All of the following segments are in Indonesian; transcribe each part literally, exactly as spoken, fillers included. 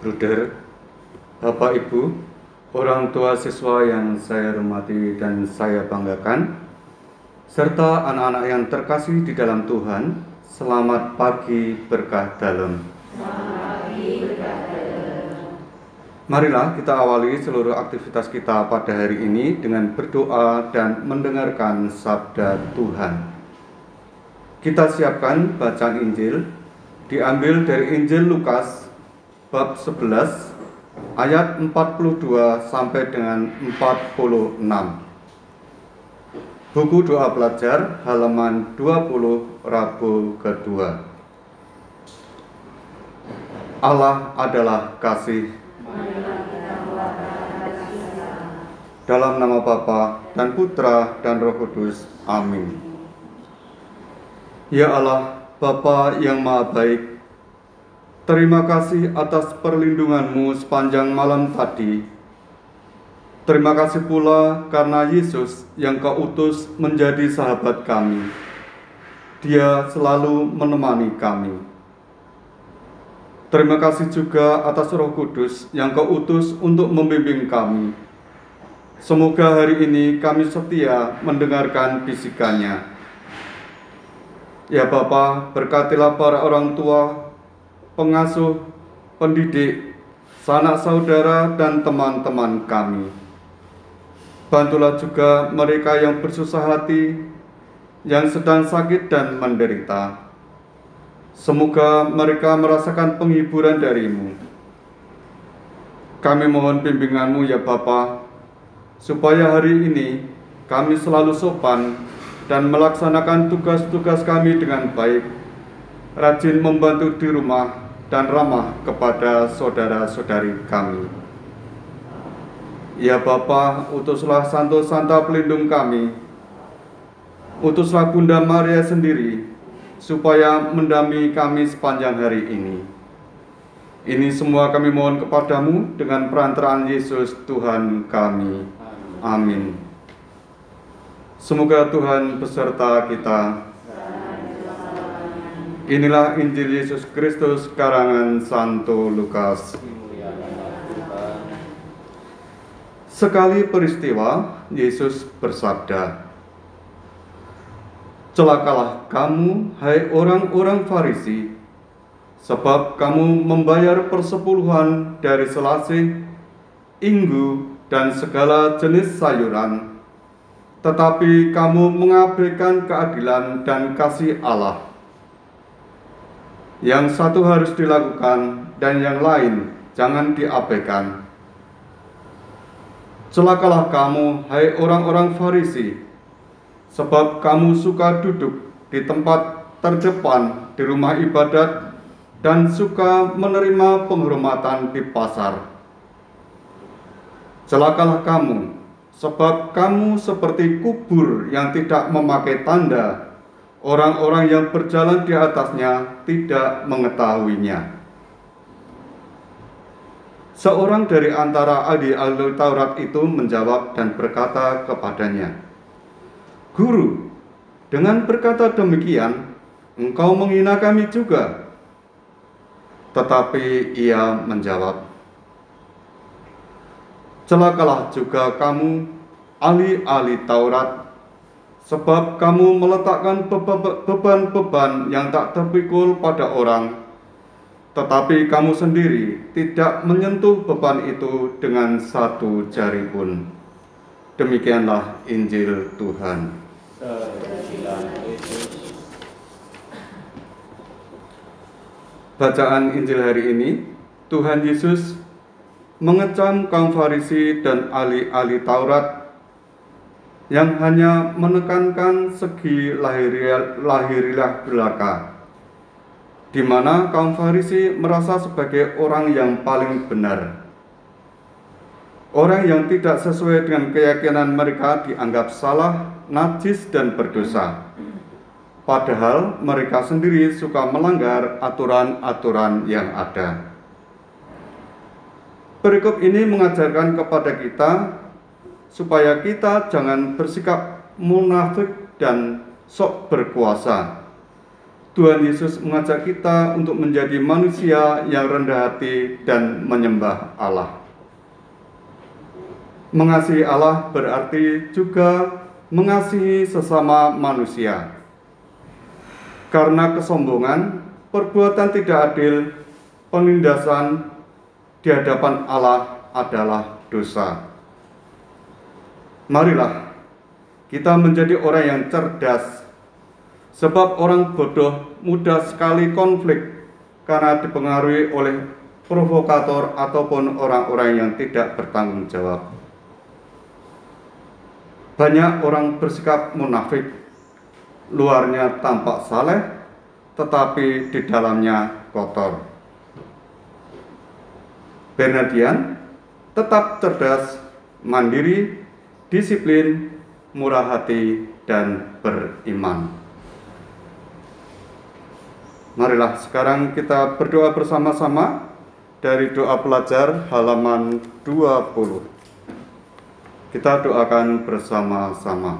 Bruder, Bapak Ibu, orang tua siswa yang saya hormati dan saya banggakan, serta anak-anak yang terkasih di dalam Tuhan, selamat pagi berkah dalam. Marilah kita awali seluruh aktivitas kita pada hari ini dengan berdoa dan mendengarkan sabda Tuhan. Kita siapkan bacaan Injil, diambil dari Injil Lukas bab sebelas ayat empat puluh dua sampai dengan empat puluh enam. Buku Doa Pelajar halaman dua puluh Rabu kedua. Allah adalah kasih. Dalam nama Bapa dan Putra dan Roh Kudus. Amin. Ya Allah, Bapa yang Maha Baik, terima kasih atas perlindungan-Mu sepanjang malam tadi. Terima kasih pula karena Yesus yang Kau utus menjadi sahabat kami. Dia selalu menemani kami. Terima kasih juga atas Roh Kudus yang Kau utus untuk membimbing kami. Semoga hari ini kami setia mendengarkan bisikannya. Ya Bapa, berkatilah para orang tua, pengasuh, pendidik, sanak saudara, dan teman-teman kami. Bantulah juga mereka yang bersusah hati, yang sedang sakit dan menderita. Semoga mereka merasakan penghiburan dari-Mu. Kami mohon bimbingan-Mu ya Bapa, supaya hari ini kami selalu sopan dan melaksanakan tugas-tugas kami dengan baik, rajin membantu di rumah, dan ramah kepada saudara-saudari kami. Ya Bapa, utuslah Santo Santa pelindung kami, utuslah Bunda Maria sendiri, supaya mendampingi kami sepanjang hari ini. Ini semua kami mohon kepadamu dengan perantaraan Yesus Tuhan kami. Amin. Semoga Tuhan beserta kita. Inilah Injil Yesus Kristus karangan Santo Lukas. Sekali peristiwa, Yesus bersabda, "Celakalah kamu, hai orang-orang Farisi, sebab kamu membayar persepuluhan dari selasih, inggu, dan segala jenis sayuran, tetapi kamu mengabaikan keadilan dan kasih Allah. Yang satu harus dilakukan dan yang lain jangan diabaikan. Celakalah kamu, hai orang-orang Farisi, sebab kamu suka duduk di tempat terdepan di rumah ibadat dan suka menerima penghormatan di pasar. Celakalah kamu, sebab kamu seperti kubur yang tidak memakai tanda, orang-orang yang berjalan di atasnya tidak mengetahuinya." Seorang dari antara ahli-ahli Taurat itu menjawab dan berkata kepadanya, "Guru, dengan berkata demikian, engkau menghina kami juga." Tetapi ia menjawab, "Celakalah juga kamu, ahli-ahli Taurat, sebab kamu meletakkan beban-beban yang tak terpikul pada orang, tetapi kamu sendiri tidak menyentuh beban itu dengan satu jari pun." Demikianlah Injil Tuhan. Bacaan Injil hari ini, Tuhan Yesus mengecam kaum Farisi dan ahli-ahli Taurat yang hanya menekankan segi lahiriah, lahiriah belaka, di mana kaum Farisi merasa sebagai orang yang paling benar. Orang yang tidak sesuai dengan keyakinan mereka dianggap salah, najis, dan berdosa. Padahal mereka sendiri suka melanggar aturan-aturan yang ada. Perikop ini mengajarkan kepada kita supaya kita jangan bersikap munafik dan sok berkuasa. Tuhan Yesus mengajak kita untuk menjadi manusia yang rendah hati dan menyembah Allah. Mengasihi Allah berarti juga mengasihi sesama manusia. Karena kesombongan, perbuatan tidak adil, penindasan di hadapan Allah adalah dosa. Marilah kita menjadi orang yang cerdas, sebab orang bodoh mudah sekali konflik karena dipengaruhi oleh provokator ataupun orang-orang yang tidak bertanggung jawab. Banyak orang bersikap munafik, luarnya tampak saleh, tetapi di dalamnya kotor. Bernardian tetap cerdas, mandiri, disiplin, murah hati, dan beriman. Marilah sekarang kita berdoa bersama-sama dari doa pelajar halaman dua puluh. Kita doakan bersama-sama.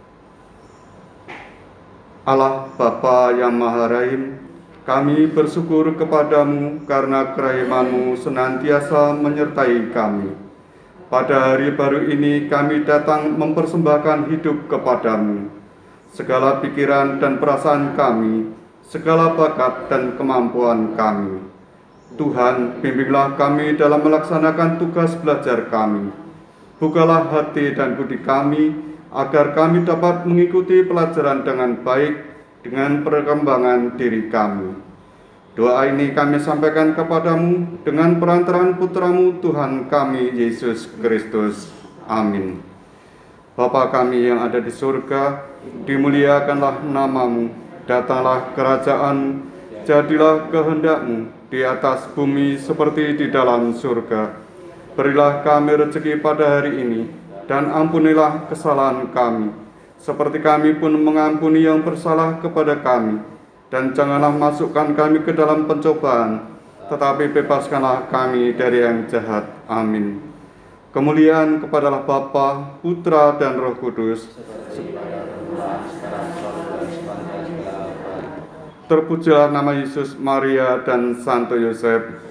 Allah Bapa yang Maha Rahim, kami bersyukur kepadamu karena kerahiman-Mu senantiasa menyertai kami. Pada hari baru ini kami datang mempersembahkan hidup kepadamu. Segala pikiran dan perasaan kami, segala bakat dan kemampuan kami. Tuhan, bimbinglah kami dalam melaksanakan tugas belajar kami. Bukalah hati dan budi kami, agar kami dapat mengikuti pelajaran dengan baik, dengan perkembangan diri kami. Doa ini kami sampaikan kepadamu dengan perantaraan putramu Tuhan kami, Yesus Kristus. Amin. Bapa kami yang ada di surga, dimuliakanlah namamu, datanglah kerajaan, jadilah kehendak-Mu di atas bumi seperti di dalam surga. Berilah kami rezeki pada hari ini, dan ampunilah kesalahan kami, seperti kami pun mengampuni yang bersalah kepada kami. Dan janganlah masukkan kami ke dalam pencobaan, tetapi bebaskanlah kami dari yang jahat. Amin. Kemuliaan kepadalah Bapa, Putra, dan Roh Kudus. Terpujilah nama Yesus, Maria, dan Santo Yosef.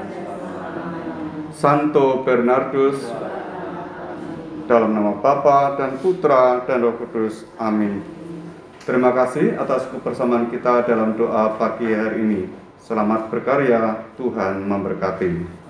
Santo Bernardus, dalam nama Bapa dan Putra dan Roh Kudus. Amin. Terima kasih atas kebersamaan kita dalam doa pagi hari ini. Selamat berkarya, Tuhan memberkati.